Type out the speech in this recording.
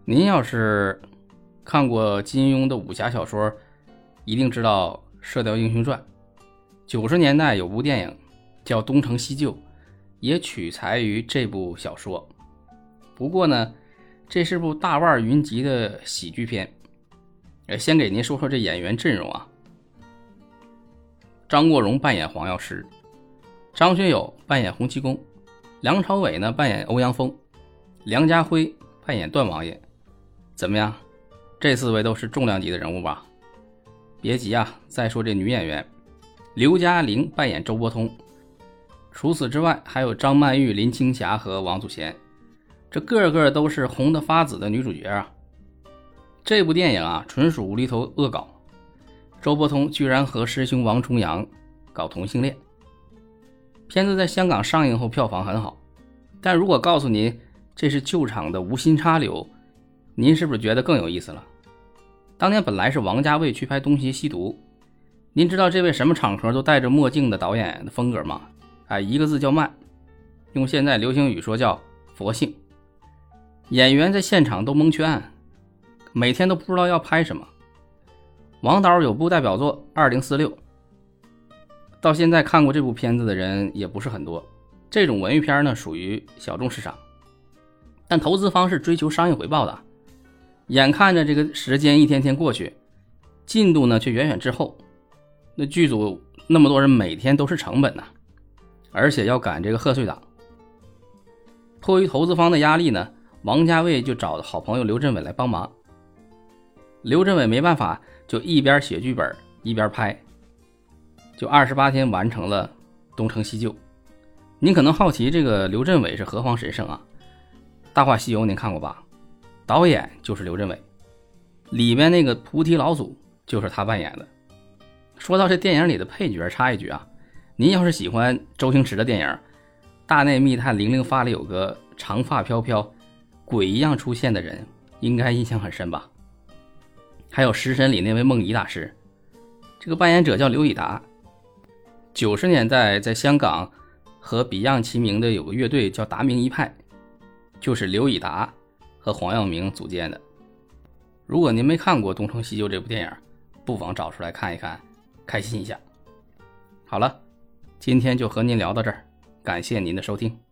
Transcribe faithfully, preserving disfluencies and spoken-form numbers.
您要是看过金庸的武侠小说，一定知道《射雕英雄传》。九十年代有部电影叫《东成西就》，也取材于这部小说。不过呢，这是部大腕云集的喜剧片。先给您说说这演员阵容啊。张国荣扮演黄药师，张学友扮演洪七公，梁朝伟呢扮演欧阳锋，梁家辉扮演段王爷。怎么样？这四位都是重量级的人物吧？别急啊，再说这女演员，刘嘉玲扮演周伯通。除此之外，还有张曼玉、林青霞和王祖贤，这个个都是红得发紫的女主角啊。这部电影啊，纯属无厘头恶搞。周伯通居然和师兄王重阳搞同性恋。片子在香港上映后票房很好，但如果告诉您这是旧厂的无心插柳，您是不是觉得更有意思了？当年本来是王家卫去拍《东邪西毒》，您知道这位什么场合都戴着墨镜的导演的风格吗？哎，一个字叫慢，用现在流行语说叫佛性。演员在现场都蒙圈，每天都不知道要拍什么。王导有部代表作《二零四六》，到现在看过这部片子的人也不是很多。这种文艺片呢，属于小众市场，但投资方是追求商业回报的。眼看着这个时间一天天过去，进度呢却远远滞后。那剧组那么多人，每天都是成本呐，而且要赶这个贺岁档。迫于投资方的压力呢，王家卫就找好朋友刘镇伟来帮忙。刘镇伟没办法，就一边写剧本一边拍，就二十八天完成了《东成西就》。您可能好奇这个刘镇伟是何方神圣啊？《大话西游》您看过吧？导演就是刘镇伟，里面那个菩提老祖就是他扮演的。说到这电影里的配角，插一句啊，您要是喜欢周星驰的电影，《大内密探零零发》里有个长发飘飘鬼一样出现的人，应该印象很深吧？还有《食神》里那位梦遗大师，这个扮演者叫刘以达。九十年代在香港和 Beyond 齐名的有个乐队叫达明一派，就是刘以达和黄耀明组建的。如果您没看过《东成西就》这部电影，不妨找出来看一看，开心一下。好了，今天就和您聊到这儿，感谢您的收听。